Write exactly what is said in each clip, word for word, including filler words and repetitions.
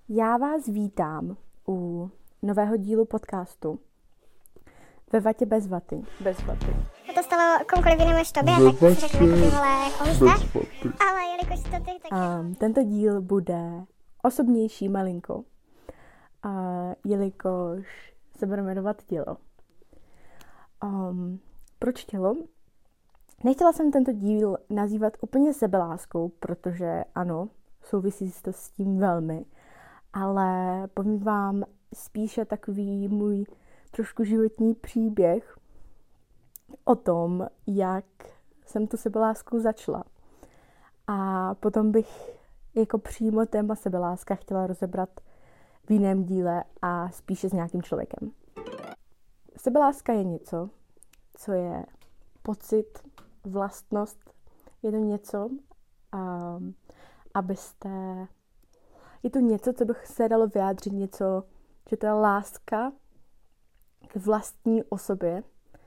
Já vás vítám u nového dílu podcastu Ve vatě bez vaty. Bez vaty. A to stalo komukoliv jinému než tobě, tak si řeknu, že ty vole, jako zde. Ale jelikož to ty, tak... Um, tento díl bude osobnější malinko, uh, jelikož se bude jmenovat tělo. Um, proč tělo? Nechtěla jsem tento díl nazývat úplně sebeláskou, protože ano, souvisí to s tím velmi, ale povím vám spíše takový můj trošku životní příběh o tom, jak jsem tu sebelásku začala. A potom bych jako přímo téma sebeláska chtěla rozebrat v jiném díle a spíše s nějakým člověkem. Sebeláska je něco, co je pocit, vlastnost, je to něco, um, abyste... Je to něco, co bych se dalo vyjádřit, něco, že to je láska k vlastní osobě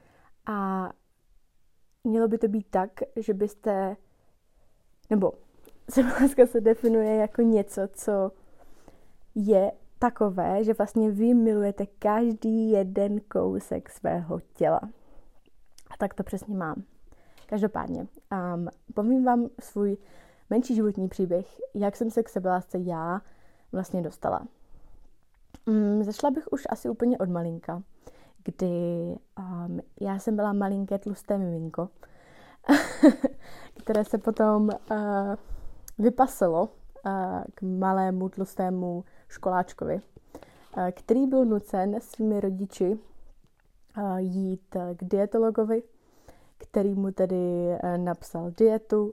a mělo by to být tak, že byste, nebo sebeláska se definuje jako něco, co je takové, že vlastně vy milujete každý jeden kousek svého těla. A tak to přesně mám. Každopádně, um, povím vám svůj menší životní příběh, jak jsem se k sebelásce já vlastně dostala. Um, začala bych už asi úplně od malinka, kdy um, já jsem byla malinké tlusté miminko, které se potom uh, vypasilo uh, k malému tlustému školáčkovi, uh, který byl nucen svými rodiči uh, jít k dietologovi, který mu tedy uh, napsal dietu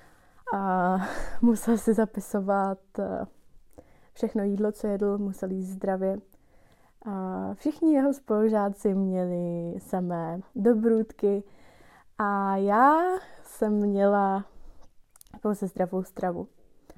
a musel si zapisovat uh, všechno jídlo, co jedl, musel jíst zdravě. A všichni jeho spolužáci měli samé dobrůdky a já jsem měla pouze zdravou stravu.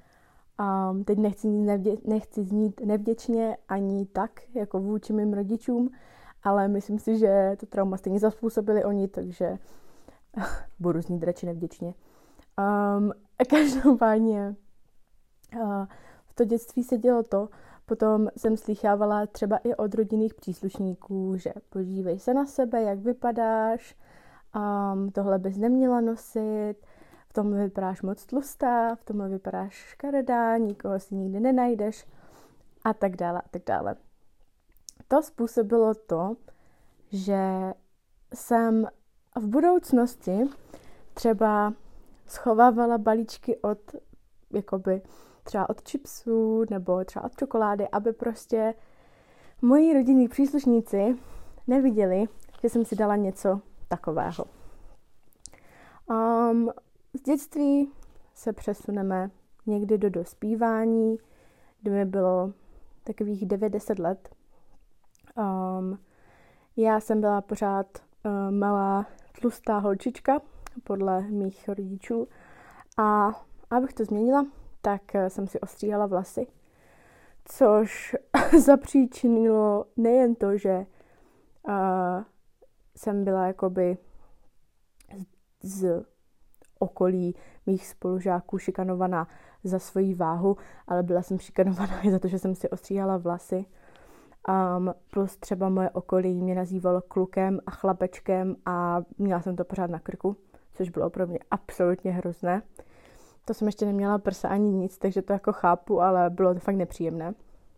A teď nechci, nevdě- nechci znít nevděčně ani tak, jako vůči mým rodičům, ale myslím si, že to trauma stejně zapůsobili oni, takže budu znít radši nevděčně. Um, každopádně uh, v to dětství se dělo to, potom jsem slýchávala třeba i od rodinných příslušníků, že podívej se na sebe, jak vypadáš, um, tohle bys neměla nosit, v tomhle vypadáš moc tlustá, v tomhle vypadáš škaredá, nikoho si nikdy nenajdeš a tak dále a tak dále. To způsobilo to, že jsem v budoucnosti třeba schovávala balíčky od jakoby třeba od chipsů nebo třeba od čokolády, aby prostě moji rodinní příslušníci neviděli, že jsem si dala něco takového. Um, z dětství se přesuneme někdy do dospívání, kdy mi bylo takových devět deset let. Um, já jsem byla pořád uh, malá tlustá holčička podle mých rodičů a abych to změnila, tak jsem si ostříhala vlasy, což zapříčinilo nejen to, že uh, jsem byla jakoby z, z okolí mých spolužáků šikanovaná za svoji váhu, ale byla jsem šikanovaná i za to, že jsem si ostříhala vlasy. Um, plus třeba moje okolí mě nazývalo klukem a chlapečkem a měla jsem to pořád na krku, což bylo pro mě absolutně hrozné. To jsem ještě neměla prsa ani nic, takže to jako chápu, ale bylo to fakt nepříjemné.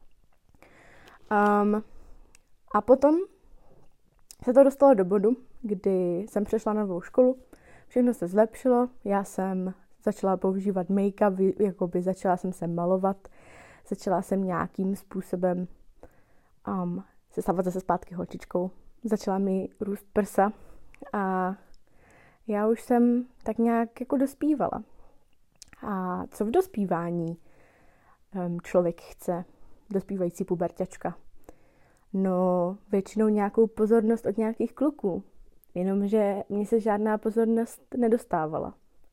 Um, a potom se to dostalo do bodu, kdy jsem přešla na novou školu, všechno se zlepšilo, já jsem začala používat make-up, jakoby začala jsem se malovat, začala jsem nějakým způsobem um, se stávat zase zpátky holčičkou, začala mi růst prsa a já už jsem tak nějak jako dospívala. A co v dospívání um, člověk chce, dospívající puberťačka? No, většinou nějakou pozornost od nějakých kluků, jenomže mně se žádná pozornost nedostávala.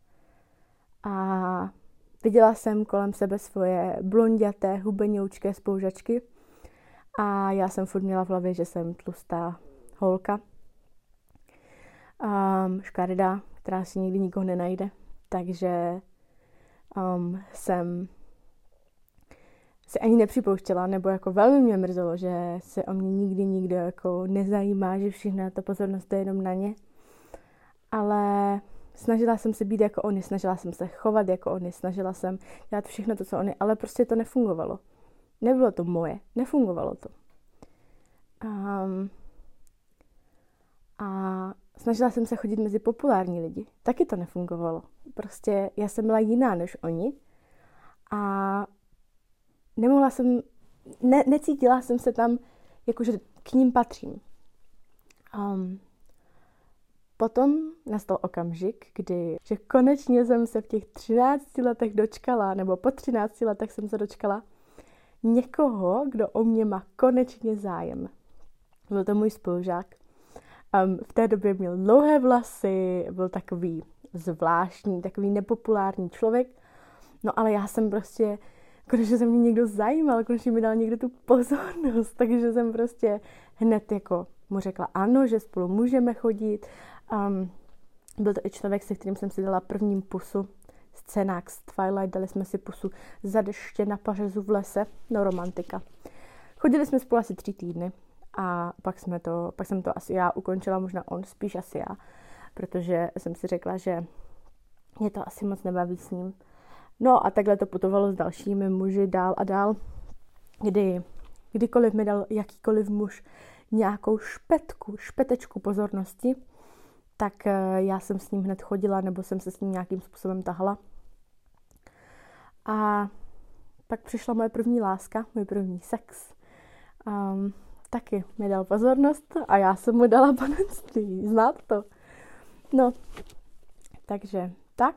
A viděla jsem kolem sebe svoje blonďaté, hubenoučké spolužačky a já jsem furt měla v hlavě, že jsem tlustá holka, um, škaredá, která si nikdy nikoho nenajde, takže Um, jsem si ani nepřipouštěla, nebo jako velmi mě mrzelo, že se o mě nikdy nikdo jako nezajímá, že všechna ta pozornost je jenom na ně. Ale snažila jsem se být jako oni, snažila jsem se chovat jako oni, snažila jsem dělat všechno to, co oni, ale prostě to nefungovalo. Nebylo to moje, nefungovalo to. Um, a snažila jsem se chodit mezi populární lidi. Taky to nefungovalo. Prostě já jsem byla jiná než oni a nemohla jsem, ne, necítila jsem se tam, jakože k ním patřím. Um, potom nastal okamžik, kdy že konečně jsem se v těch třinácti letech dočkala, nebo po třinácti letech jsem se dočkala někoho, kdo o mě má konečně zájem. Byl to můj spolužák. Um, v té době měl dlouhé vlasy, byl takový zvláštní, takový nepopulární člověk. No ale já jsem prostě, konečně se mě někdo zajímal, konečně mi dal někdo tu pozornost, takže jsem prostě hned jako mu řekla ano, že spolu můžeme chodit. Um, byl to i člověk, se kterým jsem si dala prvním pusu. Scénák z Twilight, dali jsme si pusu za deště na pařezu v lese, no romantika. Chodili jsme spolu asi tři týdny a pak, jsme to, pak jsem to asi já ukončila, možná on, spíš asi já, protože jsem si řekla, že mě to asi moc nebaví s ním. No a takhle to putovalo s dalšími muži dál a dál, kdy kdykoliv mi dal jakýkoliv muž nějakou špetku, špetečku pozornosti, tak já jsem s ním hned chodila, nebo jsem se s ním nějakým způsobem tahala. A pak přišla moje první láska, můj první sex. Um, taky mi dal pozornost a já jsem mu dala panenství. Znáte to? No, takže tak.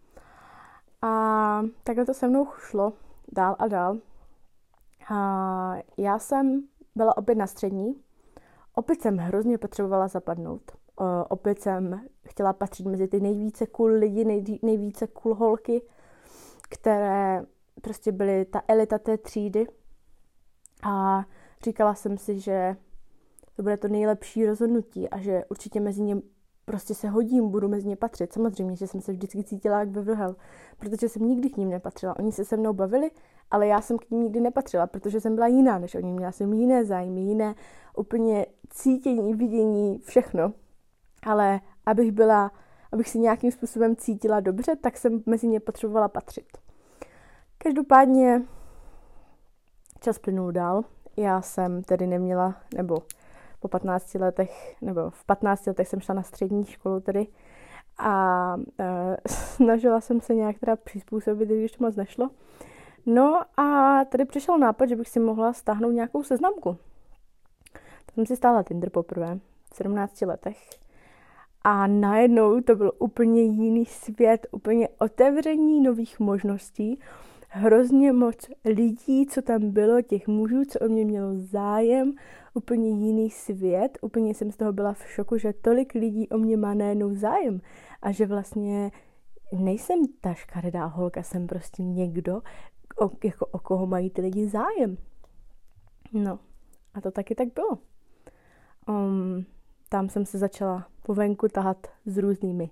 A takhle to se mnou šlo dál a dál. A já jsem byla opět na střední. Opět jsem hrozně potřebovala zapadnout. Uh, opět jsem chtěla patřit mezi ty nejvíce cool lidi, nej, nejvíce cool holky, které prostě byly ta elita té třídy. A říkala jsem si, že to bude to nejlepší rozhodnutí a že určitě mezi ně prostě se hodím, budu mezi ně patřit. Samozřejmě, že jsem se vždycky cítila jak ve vrhel, protože jsem nikdy k ním nepatřila. Oni se se mnou bavili, ale já jsem k ním nikdy nepatřila, protože jsem byla jiná než oni. Měla jsem jiné zájmy, jiné úplně cítění, vidění, všechno. Ale abych byla, abych si nějakým způsobem cítila dobře, tak jsem mezi ně potřebovala patřit. Každopádně čas plynul dál. Já jsem tedy neměla, nebo po patnácti letech, nebo v patnácti letech jsem šla na střední školu tedy a e, snažila jsem se nějak teda přizpůsobit, když to moc nešlo. No a tady přišel nápad, že bych si mohla stáhnout nějakou seznamku. Tak jsem si stáhla Tinder poprvé v sedmnácti letech. A najednou to byl úplně jiný svět, úplně otevření nových možností. Hrozně moc lidí, co tam bylo, těch mužů, co o mě mělo zájem, úplně jiný svět. Úplně jsem z toho byla v šoku, že tolik lidí o mě má najednou zájem. A že vlastně nejsem ta škaredá holka, jsem prostě někdo, o, jako o koho mají ty lidi zájem. No, a to taky tak bylo. Um, tam jsem se začala po venku tahat s různými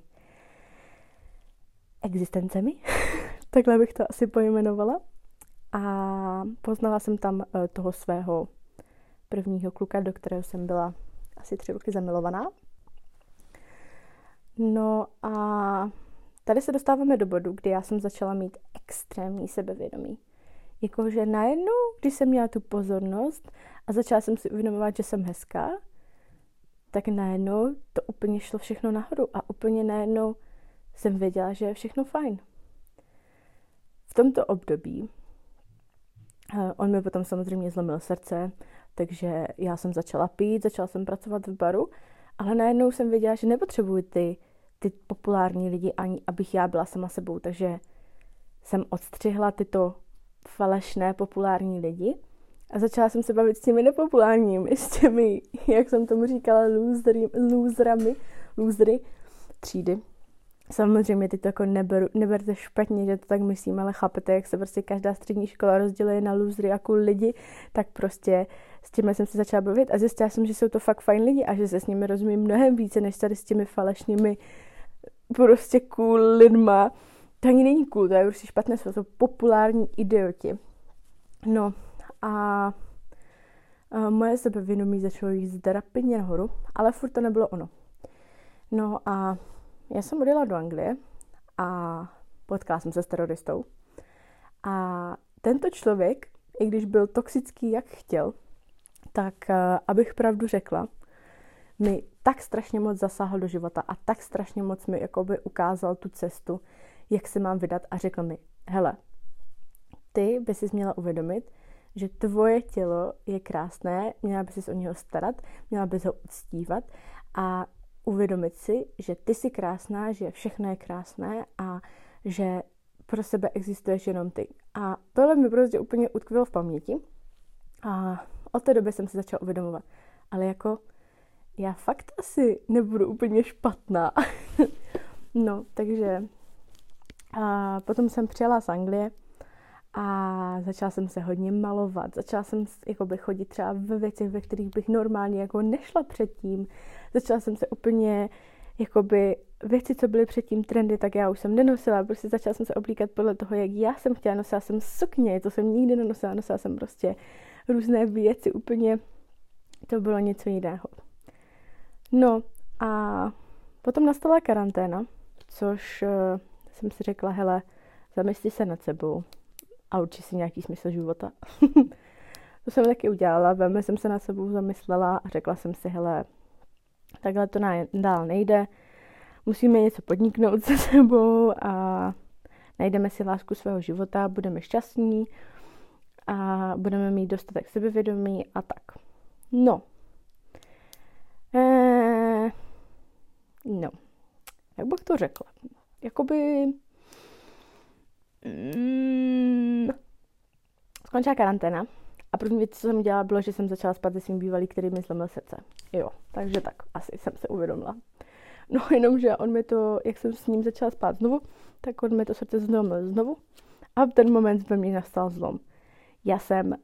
existencemi. Takhle bych to asi pojmenovala. A poznala jsem tam toho svého prvního kluka, do kterého jsem byla asi tři roky zamilovaná. No a tady se dostáváme do bodu, kdy já jsem začala mít extrémní sebevědomí. Jakože najednou, když jsem měla tu pozornost a začala jsem si uvědomovat, že jsem hezká, tak najednou to úplně šlo všechno nahoru a úplně najednou jsem věděla, že je všechno fajn. V tomto období on mi potom samozřejmě zlomil srdce, takže já jsem začala pít, začala jsem pracovat v baru, ale najednou jsem věděla, že nepotřebuji ty, ty populární lidi, ani abych já byla sama sebou, takže jsem odstřihla tyto falešné populární lidi a začala jsem se bavit s těmi nepopulárními, s těmi, jak jsem tomu říkala, losery, loserami, losery třídy. Samozřejmě teď to jako neberu, neberte špatně, že to tak myslím, ale chápete, jak se prostě každá střední škola rozděluje na losery a cool lidi, tak prostě s těmi jsem se začala bavit a zjistila jsem, že jsou to fakt fajn lidi a že se s nimi rozumím mnohem více, než tady s těmi falešnými prostě cool lidma. To ani není cool, to je prostě špatné, jsou to populární idioti. No a, a moje sebevědomí začalo jít rapidně nahoru, ale furt to nebylo ono. No a já jsem odjela do Anglie a potkala jsem se s teroristou. A tento člověk, i když byl toxický, jak chtěl, tak abych pravdu řekla, mi tak strašně moc zasáhl do života a tak strašně moc mi jakoby ukázal tu cestu, jak se mám vydat a řekl mi, hele, ty by si měla uvědomit, že tvoje tělo je krásné, měla by si o něho starat, měla bys ho uctívat a uvědomit si, že ty jsi krásná, že všechno je krásné a že pro sebe existuješ jenom ty. A tohle mi prostě úplně utkvělo v paměti a od té doby jsem se začala uvědomovat. Ale jako, já fakt asi nebudu úplně špatná. No, takže a potom jsem přijela z Anglie a začala jsem se hodně malovat. Začala jsem jakoby chodit třeba ve věcech, ve kterých bych normálně jako nešla předtím. Začala jsem se úplně, jakoby věci, co byly předtím trendy, tak já už jsem nenosila. Prostě začala jsem se oblíkat podle toho, jak já jsem chtěla. Nosila jsem sukně, to jsem nikdy nenosila. Nosila jsem prostě různé věci, úplně to bylo něco jiného. No a potom nastala karanténa, což uh, jsem si řekla, hele, zamysli se nad sebou a urči si nějaký smysl života. To jsem taky udělala, velmi jsem se nad sebou zamyslela a řekla jsem si, hele, takhle to dál nejde, musíme něco podniknout se sebou a najdeme si lásku svého života, budeme šťastní a budeme mít dostatek sebevědomí a tak. No. Eee, no. Jak bych to řekla? Jakoby... Mm, skončila karanténa a první věc, co jsem dělala, bylo, že jsem začala spát se svým bývalým, který mi zlomil srdce. Jo, takže tak, asi jsem se uvědomila. No jenomže on mi to, jak jsem s ním začala spát znovu, tak on mi to srdce zlomil znovu a v ten moment ve mně nastal zlom. Já jsem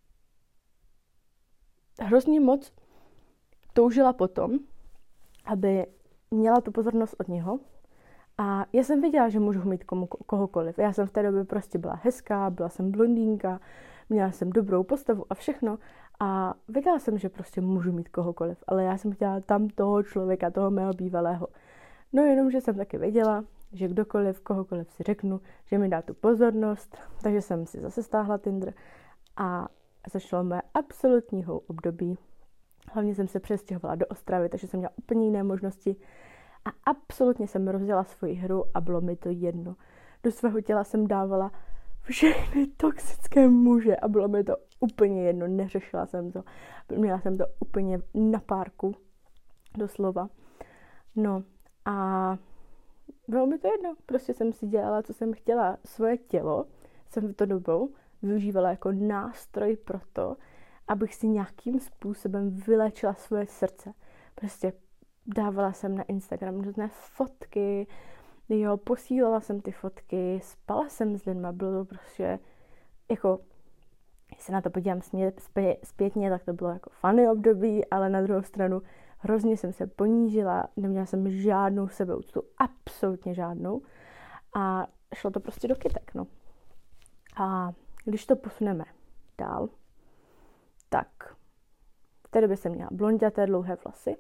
hrozně moc toužila potom, aby měla tu pozornost od něho. A já jsem věděla, že můžu mít komu, kohokoliv. Já jsem v té době prostě byla hezká, byla jsem blondýnka, měla jsem dobrou postavu a všechno. A věděla jsem, že prostě můžu mít kohokoliv. Ale já jsem chtěla tam toho člověka, toho mého bývalého. No jenom, že jsem taky věděla, že kdokoliv, kohokoliv si řeknu, že mi dá tu pozornost. Takže jsem si zase stáhla Tinder a začalo mé absolutního období. Hlavně jsem se přestěhovala do Ostravy, takže jsem měla úplně jiné možnosti. A absolutně jsem rozdělala svoji hru a bylo mi to jedno. Do svého těla jsem dávala všechny toxické muže a bylo mi to úplně jedno. Neřešila jsem to. Měla jsem to úplně na párku. Doslova. No a bylo mi to jedno. Prostě jsem si dělala, co jsem chtěla. Svoje tělo jsem v to dobou využívala jako nástroj pro to, abych si nějakým způsobem vylečila svoje srdce. Prostě dávala jsem na Instagram různé fotky, jo, posílala jsem ty fotky, spala jsem s lidma, bylo to prostě, jako, když se na to podívám zpětně, tak to bylo jako funny období, ale na druhou stranu hrozně jsem se ponížila, neměla jsem žádnou sebeúctu, absolutně žádnou a šlo to prostě do kytek, no. A když to posuneme dál, tak v té době jsem měla blonděté dlouhé vlasy.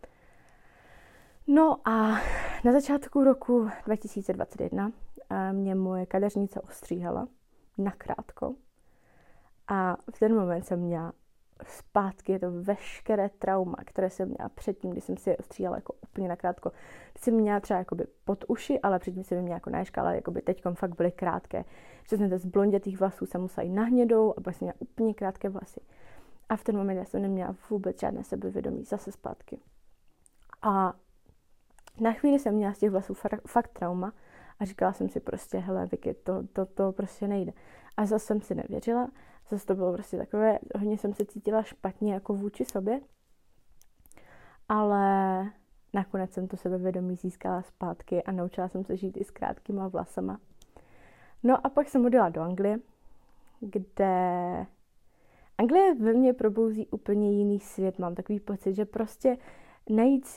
No a na začátku roku dva tisíce dvacet jedna mě moje kadeřnice ostříhala nakrátko. A v ten moment jsem měla zpátky to veškeré trauma, které jsem měla předtím, když jsem si je ostříhala jako úplně nakrátko. Když jsem měla třeba jakoby pod uši, ale předtím jsem je měla jako na ježka, ale jakoby teďkom fakt byly krátké. Že jsem z blondětých vlasů jsem musela jít na hnědou a pak jsem měla úplně krátké vlasy. A v ten moment já jsem neměla vůbec žádné sebevědomí, zase zpátky. A na chvíli jsem měla z těch vlasů fakt trauma a říkala jsem si prostě, hele Vicky, to, to, to prostě nejde. A zase jsem si nevěřila, zase to bylo prostě takové, hodně jsem se cítila špatně jako vůči sobě, ale nakonec jsem to sebevědomí získala zpátky a naučila jsem se žít i s krátkýma vlasama. No a pak jsem odjela do Anglie, kde Anglie ve mně probouzí úplně jiný svět. Mám takový pocit, že prostě najít si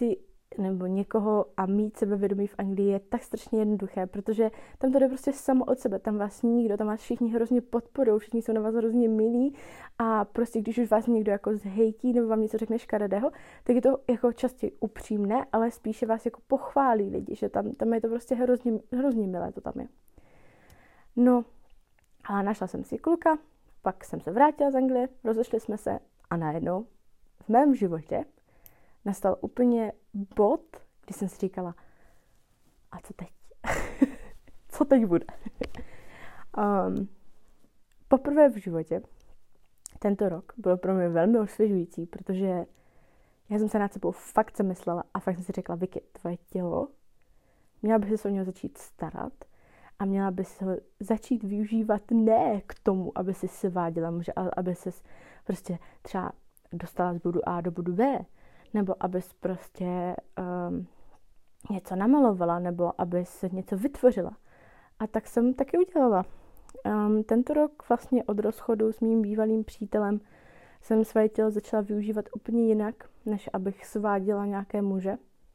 nebo někoho a mít sebevědomí v Anglii je tak strašně jednoduché, protože tam to jde prostě samo od sebe, tam vás nikdo, tam vás všichni hrozně podporují, všichni jsou na vás hrozně milí a prostě když už vás někdo jako zhejtí nebo vám něco řekne škaredého, tak je to jako častěji upřímné, ale spíše vás jako pochválí lidi, že tam, tam je to prostě hrozně, hrozně milé, to tam je. No a našla jsem si kluka, pak jsem se vrátila z Anglie, rozešli jsme se a najednou v mém životě nastal úplně bod, kdy jsem si říkala, a co teď? Co teď bude? um, poprvé v životě tento rok byl pro mě velmi osvěžující, protože já jsem se nad sebou fakt zamyslela a fakt jsem si řekla, Vicky, tvoje tělo, měla by se o něho začít starat a měla by se ho začít využívat ne k tomu, aby si sváděla muže, ale aby se prostě třeba dostala z bodu A do bodu B, nebo abys prostě um, něco namalovala, nebo abys něco vytvořila. A tak jsem taky udělala. Um, tento rok vlastně od rozchodu s mým bývalým přítelem jsem své tělo začala využívat úplně jinak, než abych sváděla nějaké muže.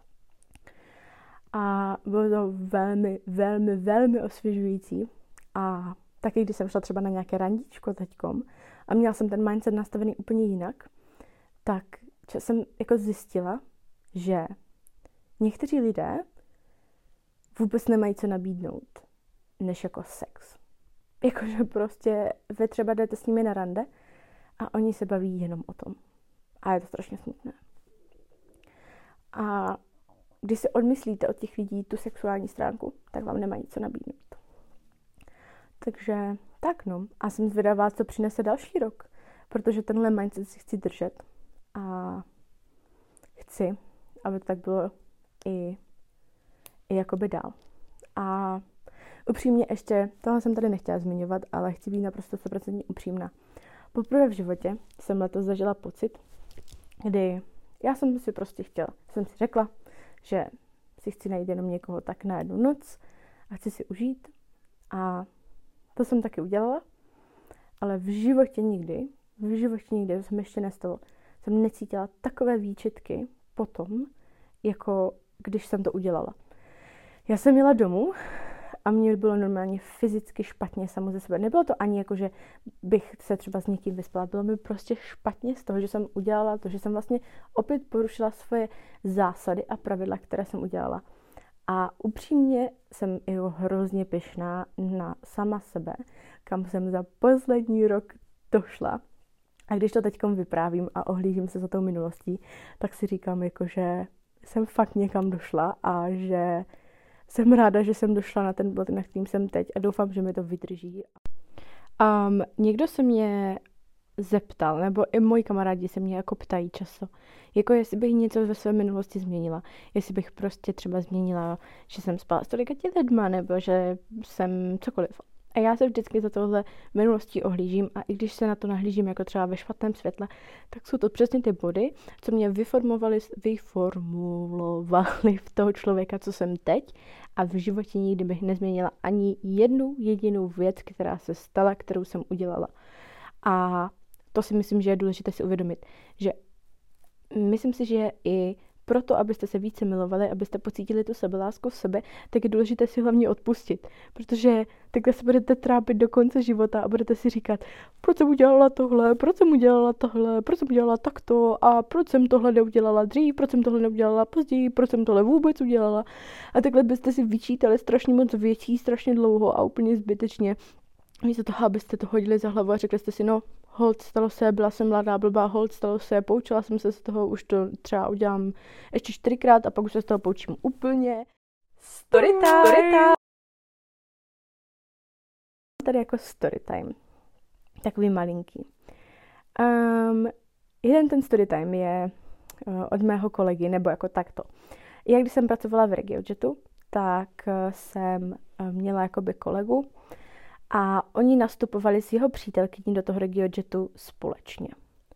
A bylo to velmi, velmi, velmi osvěžující. A taky, když jsem šla třeba na nějaké randíčko teďkom a měla jsem ten mindset nastavený úplně jinak, tak jsem jako zjistila, že někteří lidé vůbec nemají co nabídnout, než jako sex. Jakože prostě vy třeba jdete s nimi na rande a oni se baví jenom o tom. A je to strašně smutné. A když si odmyslíte od těch lidí tu sexuální stránku, tak vám nemají co nabídnout. Takže tak no. A jsem zvědavá, co přinese další rok, protože tenhle mindset si chci držet. A chci, aby to tak bylo i, i jakoby dál. A upřímně ještě, tohle jsem tady nechtěla zmiňovat, ale chci být naprosto sto procent upřímná. Poprvé v životě jsem letos zažila pocit, kdy já jsem si prostě chtěla, jsem si řekla, že si chci najít jenom někoho tak na jednu noc a chci si užít. A to jsem taky udělala, ale v životě nikdy, v životě nikdy, to se mi ještě nestalo, jsem necítila takové výčitky potom, jako když jsem to udělala. Já jsem jela domů a mě bylo normálně fyzicky špatně samo ze sebe. Nebylo to ani jako, že bych se třeba s někým vyspala. Bylo mi prostě špatně z toho, že jsem udělala to, že jsem vlastně opět porušila svoje zásady a pravidla, které jsem udělala. A upřímně jsem jako hrozně pyšná na sama sebe, kam jsem za poslední rok došla. A když to teďkom vyprávím a ohlížím se za tou minulostí, tak si říkám, jako, že jsem fakt někam došla a že jsem ráda, že jsem došla na ten bod, na kterým jsem teď a doufám, že mi to vydrží. Um, někdo se mě zeptal, nebo i moji kamarádi se mě jako ptají často, jako jestli bych něco ve své minulosti změnila. Jestli bych prostě třeba změnila, že jsem spala s tolika ti lidma, nebo že jsem cokoliv. A já se vždycky za tohle minulostí ohlížím a i když se na to nahlížím jako třeba ve špatném světle, tak jsou to přesně ty body, co mě vyformovali, vyformulovali v toho člověka, co jsem teď a v životě nikdy bych nezměnila ani jednu jedinou věc, která se stala, kterou jsem udělala. A to si myslím, že je důležité si uvědomit, že myslím si, že i proto, abyste se více milovali, abyste pocítili tu sebelásku v sebe, tak je důležité si hlavně odpustit. Protože takhle se budete trápit do konce života a budete si říkat, proč jsem udělala tohle, proč jsem udělala tohle, proč jsem udělala takto a proč jsem tohle neudělala dřív, proč jsem tohle neudělala později, proč jsem tohle vůbec udělala. A takhle byste si vyčítali strašně moc věcí, strašně dlouho a úplně zbytečně. Místo toho, abyste to hodili za hlavu a řekli jste si, no, hold, stalo se, byla jsem mladá, blbá, hold, stalo se, poučila jsem se z toho, už to třeba udělám ještě čtyřikrát a pak už se z toho poučím úplně. Story time! Story time. Tady jako story time. Takový malinký. Um, jeden ten story time je uh, od mého kolegy, nebo jako takto. Jak když jsem pracovala v RegioJetu, tak uh, jsem uh, měla jakoby kolegu, a oni nastupovali s jeho přítelkyní do toho RegioJetu společně.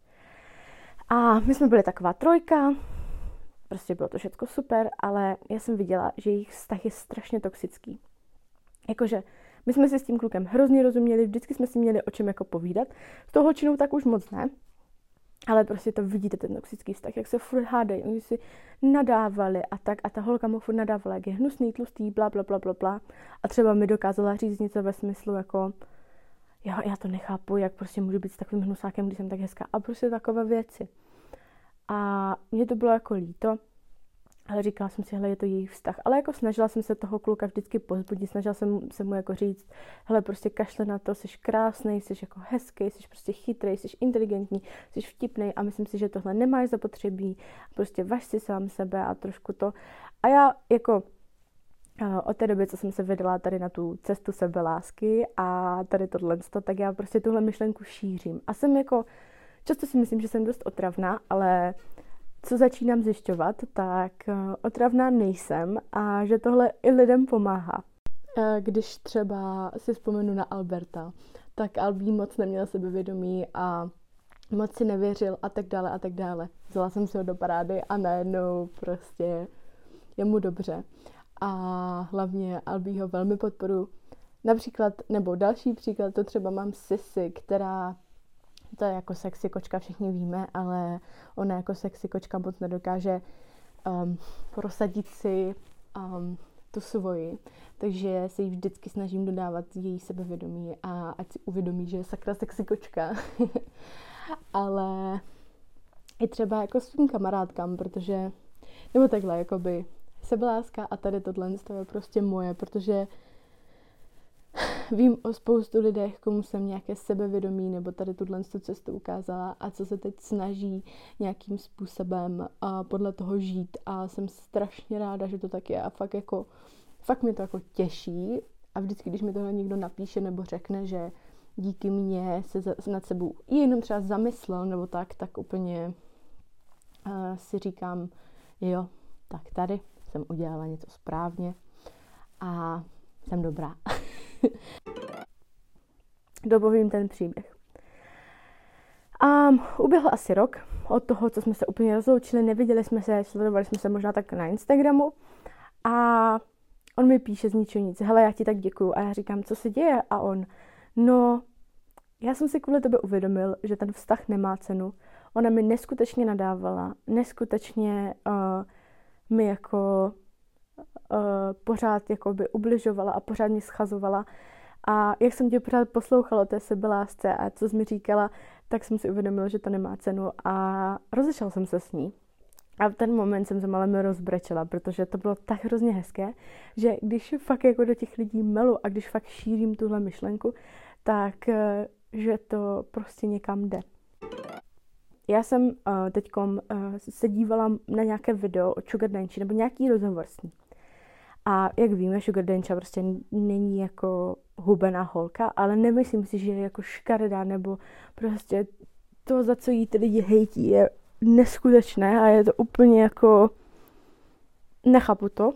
A my jsme byli taková trojka, prostě bylo to všechno super, ale já jsem viděla, že jejich vztah je strašně toxický. Jakože my jsme si s tím klukem hrozně rozuměli, vždycky jsme si měli o čem jako povídat, s tou holčinou tak už moc ne. ale prostě to vidíte, ten toxický vztah, jak se furt hádají, oni si nadávali a tak a ta holka mu furt nadávala, jak je hnusný, tlustý, bla, bla, bla, bla, bla. A třeba mi dokázala říct něco ve smyslu jako, jo, já to nechápu, jak prostě můžu být s takovým hnusákem, když jsem tak hezká. A prostě takové věci. A mě to bylo jako líto, ale říkala jsem si, hele, je to jejich vztah. Ale jako snažila jsem se toho kluka vždycky pozbudit, snažila jsem se mu jako říct, hele, prostě kašle na to, jsi krásnej, jsi jako hezký, jsi prostě chytrý, jsi inteligentní, jsi vtipnej a myslím si, že tohle nemáš zapotřebí. Prostě važ si sám sebe a trošku to. A já jako od té doby, co jsem se vydala tady na tu cestu sebelásky a tady tohle, tak já prostě tuhle myšlenku šířím. A jsem jako, často si myslím, že jsem dost otravná, ale co začínám zjišťovat, tak otravná nejsem a že tohle i lidem pomáhá. Když třeba si vzpomenu na Alberta, tak Albí moc neměl sebevědomí a moc si nevěřil a tak dále a tak dále. Vzala jsem si ho do parády a najednou prostě je mu dobře. A hlavně Albího velmi podporuji. Například, nebo další příklad, to třeba mám Sisi, která, to je jako sexy kočka, všichni víme, ale ona jako sexy kočka moc nedokáže um, prosadit si um, tu svoji. Takže se jí vždycky snažím dodávat její sebevědomí a ať si uvědomí, že je sakra sexy kočka. Ale i třeba jako svým kamarádkám, protože, nebo takhle, jakoby sebeláska a tady tohle to je prostě moje, protože vím o spoustu lidech, komu jsem nějaké sebevědomí nebo tady tuhle cestu ukázala a co se teď snaží nějakým způsobem a podle toho žít a jsem strašně ráda, že to tak je a fakt jako, fakt mě to jako těší a vždycky, když mi tohle někdo napíše nebo řekne, že díky mně se za, nad sebou jenom třeba zamyslel nebo tak, tak úplně uh, si říkám, jo, tak tady jsem udělala něco správně a jsem dobrá. Dopovím ten příběh. A uběhl asi rok od toho, co jsme se úplně rozloučili, neviděli jsme se, sledovali jsme se možná tak na Instagramu a on mi píše z ničeho nic, hele, já ti tak děkuju a já říkám, co se děje a on, no, já jsem si kvůli tebe uvědomil, že ten vztah nemá cenu, ona mi neskutečně nadávala, neskutečně uh, mi jako uh, pořád jakoby ubližovala a pořád mě schazovala. A jak jsem tě pořád poslouchala o té sebelásce a co jsi mi říkala, tak jsem si uvědomila, že to nemá cenu a rozešel jsem se s ní. A v ten moment jsem se malem rozbrečela, protože to bylo tak hrozně hezké, že když fakt jako do těch lidí melu a když fakt šířím tuhle myšlenku, tak že to prostě někam jde. Já jsem uh, teďkom uh, se dívala na nějaké video o Sugar Denči, nebo nějaký rozhovor s ní. A jak víme, Sugar Denča prostě není jako hubená holka, ale nemyslím si, že je jako škaredá, nebo prostě to, za co jí ty lidi hejtí, je neskutečné a je to úplně jako, nechápu to.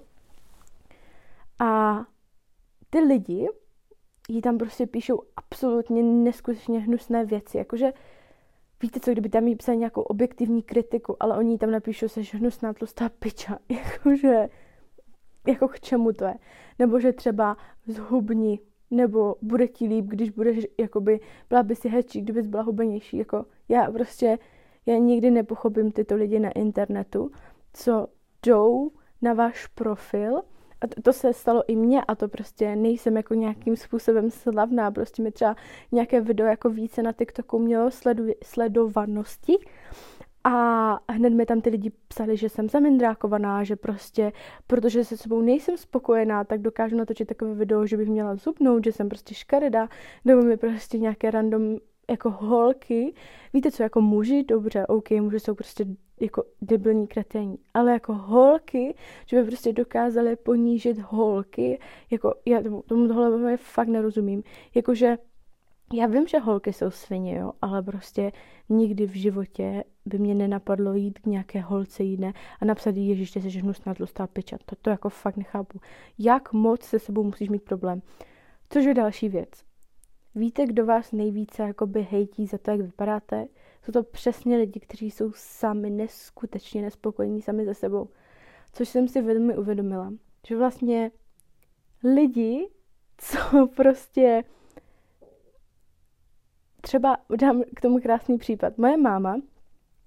A ty lidi jí tam prostě píšou absolutně neskutečně hnusné věci, jakože víte co, kdyby tam jí psali nějakou objektivní kritiku, ale oni jí tam napíšou, seš hnusná tlustá piča, jakože, jako k čemu to je. Nebo že třeba zhubni, nebo bude ti líp, když budeš, jakoby, byla by si hezčí, kdybys byla hubenější, jako já prostě, já nikdy nepochopím tyto lidi na internetu, co jdou na váš profil, a to, to se stalo i mně a to prostě nejsem jako nějakým způsobem slavná, prostě mi třeba nějaké video jako více na TikToku mělo sledu, sledovanosti a hned mi tam ty lidi psali, že jsem zamindrákovaná, že prostě, protože se sebou nejsem spokojená, tak dokážu natočit takové video, že bych měla zubnout, že jsem prostě škaredá, nebo mi prostě nějaké random jako holky, víte co, jako muži, dobře, OK, muži jsou prostě jako debilní kreténi, ale jako holky, že by prostě dokázali ponížit holky, jako já tomu, tomu tohle fakt nerozumím, jakože já vím, že holky jsou svině, jo, ale prostě nikdy v životě by mě nenapadlo jít k nějaké holce jiné a napsat jí, ježiš, ty jsi hnusná tlustá piča. To, to jako fakt nechápu. Jak moc se sebou musíš mít problém? Což je další věc. Víte, kdo vás nejvíce jakoby hejtí za to, jak vypadáte? Jsou to přesně lidi, kteří jsou sami neskutečně nespokojení sami ze sebou. Což jsem si velmi uvědomila. Že vlastně lidi, co prostě třeba dám k tomu krásný případ. Moje máma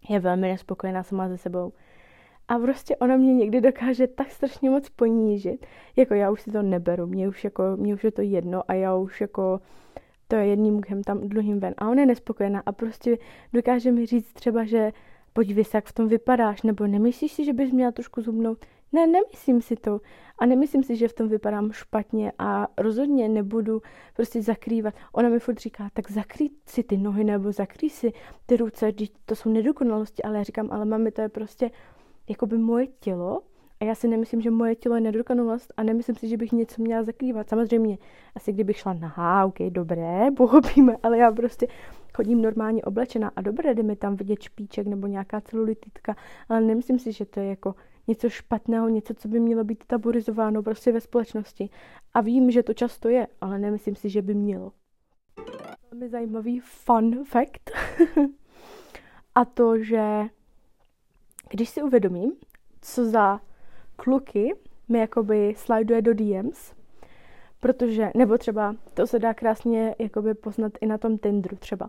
je velmi nespokojená sama se sebou. A prostě ona mě někdy dokáže tak strašně moc ponížit, jako já už si to neberu, mě už, jako, mě už je to jedno a já už jako to je jedním muchem tam, druhým ven. A ona je nespokojená a prostě dokáže mi říct třeba, že podívej se, jak v tom vypadáš, nebo nemyslíš si, že bys měla trošku zhubnout? Ne, nemyslím si to. A nemyslím si, že v tom vypadám špatně a rozhodně nebudu prostě zakrývat. Ona mi furt říká, tak zakrý si ty nohy nebo zakrý si ty ruce, když to jsou nedokonalosti. Ale já říkám, ale mami, to je prostě jakoby moje tělo a já si nemyslím, že moje tělo je nedokonalost a nemyslím si, že bych něco měla zakrývat. Samozřejmě, asi kdybych šla nahá, ok, dobré, pochopíme, ale já prostě chodím normálně oblečená a dobré, jde mi tam vidět špiček nebo nějaká celulititka, ale nemyslím si, že to je jako něco špatného, něco, co by mělo být taburizováno prostě ve společnosti. A vím, že to často je, ale nemyslím si, že by mělo. Velmi zajímavý fun fact. A to, že když si uvědomím, co za kluky mi jakoby slajduje do D Ms, protože, nebo třeba to se dá krásně jakoby poznat i na tom Tinderu třeba.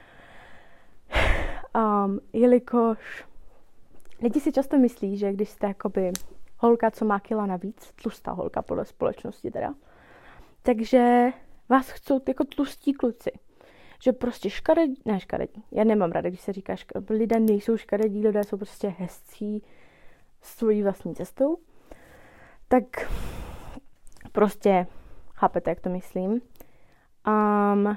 Um, jelikož lidi si často myslí, že když jste jakoby holka, co má kila navíc, tlustá holka podle společnosti teda, takže vás chcou jako tlustí kluci. Že prostě škaredí, ne škaredí, já nemám ráda, když se říká škaredí, lidé nejsou škaredí, lidé jsou prostě hezcí svojí vlastní cestou. Tak prostě chápete, jak to myslím. Um,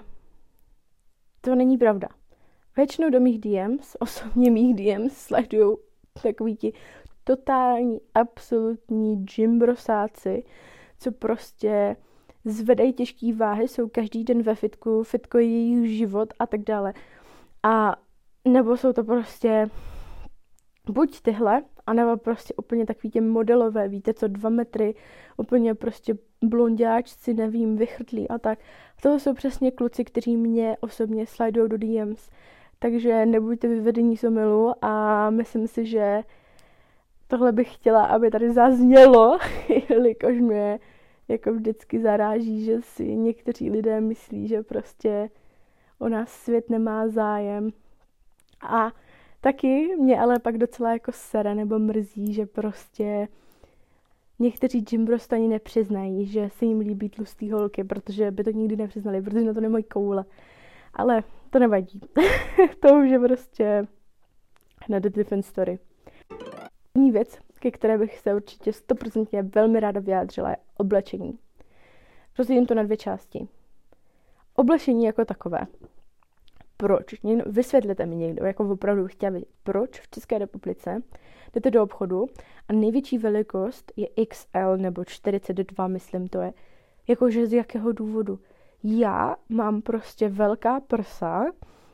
to není pravda. Většinou do mých D Ms, osobně mých D Ms, sledují takový ti totální, absolutní gymbrosáci, co prostě zvedají těžký váhy, jsou každý den ve fitku, fitko je jejich život a tak dále. A nebo jsou to prostě buď tyhle, anebo prostě úplně takový tě modelové, víte co, dva metry, úplně prostě blonďáčci, nevím, vychrtlí a tak. To jsou přesně kluci, kteří mě osobně slajdou do D Ms. Takže nebuďte vyvedení z omylu a myslím si, že tohle bych chtěla, aby tady zaznělo, jelikož mě jako vždycky zaráží, že si někteří lidé myslí, že prostě o nás svět nemá zájem. A taky mě ale pak docela jako sere nebo mrzí, že prostě někteří gymbrosti ani nepřiznají, že se jim líbí tlustý holky, protože by to nikdy nepřiznali, protože na to nemají koule. Ale to nevadí. To už je prostě another different story. První věc, ke které bych se určitě stoprocentně velmi ráda vyjádřila, je oblečení. Rozdělím to na dvě části. Oblečení jako takové. Proč? Vysvětlete mi někdo, jako opravdu chtěla vědět, proč v České republice jdete do obchodu a největší velikost je X L nebo čtyřicet dva, myslím to je. Jakože z jakého důvodu? Já mám prostě velká prsa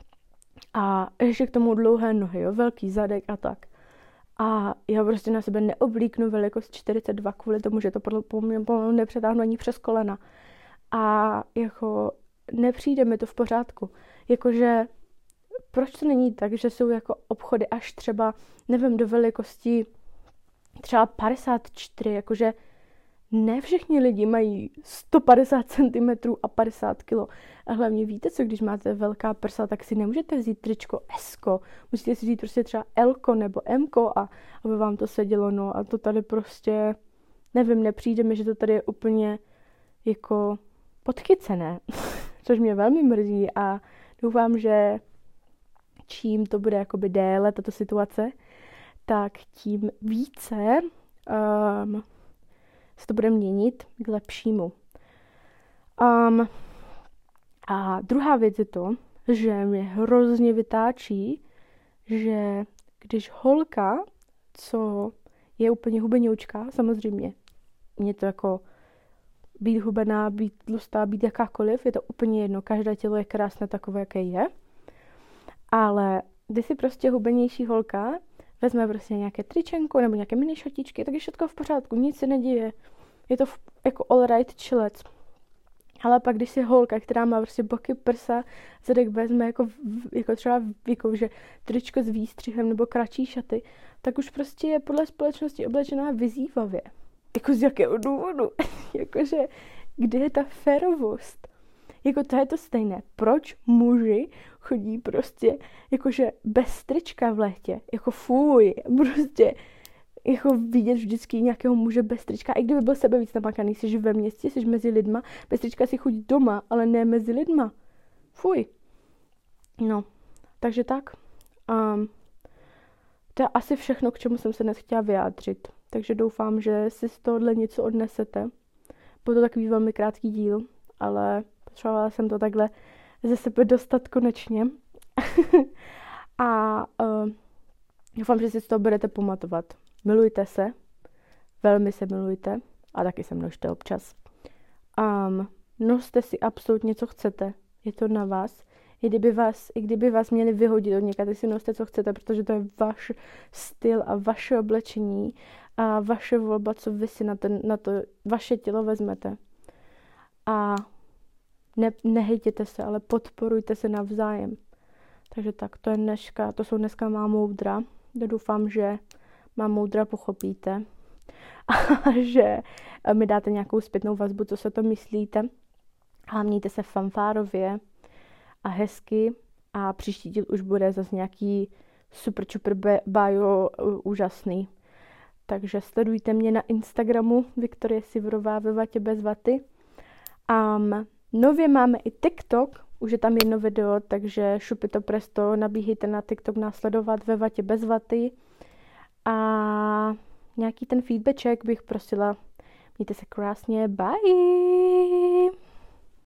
a ještě k tomu dlouhé nohy, jo, velký zadek a tak. A já prostě na sebe neoblíknu velikost čtyřicet dva kvůli tomu, že to pomalu nepřetáhnu ani přes kolena. A jako nepřijde mi to v pořádku. Jakože proč to není tak, že jsou jako obchody až třeba, nevím, do velikosti třeba padesát čtyři, jakože ne všichni lidi mají sto padesát centimetrů a padesát kilo. A hlavně víte co, když máte velká prsa, tak si nemůžete vzít tričko S-ko. Musíte si vzít prostě třeba L-ko nebo M-ko a aby vám to sedělo. No a to tady prostě, nevím, nepřijde mi, že to tady je úplně jako podchycené. Což mě velmi mrzí a doufám, že čím to bude jakoby déle, tato situace, tak tím více um, se to bude měnit k lepšímu. Um, a druhá věc je to, že mě hrozně vytáčí, že když holka, co je úplně hubenoučka, samozřejmě, mě to jako být hubená, být tlustá, být jakákoliv, je to úplně jedno, každé tělo je krásné takové, jaké je, ale když si prostě hubenější holka vezme prostě nějaké tričenko nebo nějaké mini šatičky, tak je všechno v pořádku, nic se neděje. Je to v, jako all right, chillec. Ale pak, když si holka, která má prostě boky, prsa, zadek vezme jako, jako třeba jako, že tričko s výstřihem nebo kratší šaty, tak už prostě je podle společnosti oblečená vyzývavě. Jako z jakého důvodu? Jakože, kde je ta férovost? Jako to je to stejné. Proč muži chodí prostě jakože bez trička v létě? Jako fuj, prostě jako vidět vždycky nějakého muže bez trička. I kdyby byl sebe víc namakaný, jsi ve městě, jsi mezi lidma, bez trička si chodí doma, ale ne mezi lidma. Fuj. No, takže tak. Um, to je asi všechno, k čemu jsem se dnes chtěla vyjádřit. Takže doufám, že si z tohohle něco odnesete. Byl to takový velmi krátký díl, ale potřebovala jsem to takhle ze sebe dostat konečně. A uh, doufám, že si z toho budete pamatovat. Milujte se, velmi se milujte a taky se množte občas. Um, noste si absolutně, co chcete. Je to na vás. I kdyby vás, i kdyby vás měli vyhodit od někaď, tak si noste, co chcete, protože to je váš styl a vaše oblečení a vaše volba, co vy si na, ten, na to vaše tělo vezmete. A ne, nehejtěte se, ale podporujte se navzájem. Takže tak, to je dneska, to jsou dneska má moudra. Doufám, že má moudra pochopíte a že mi dáte nějakou zpětnou vazbu, co se to myslíte. A mějte se fanfárově a hezky a příští díl už bude zase nějaký super čuper bio úžasný. Takže sledujte mě na Instagramu Viktorie Sivrová ve vatě bez vaty. Um, nově máme i TikTok, už je tam jedno video, takže šupito presto, nabíhejte na TikTok následovat ve vatě bez vaty. A nějaký ten feedbackček bych prosila. Mějte se krásně, bye!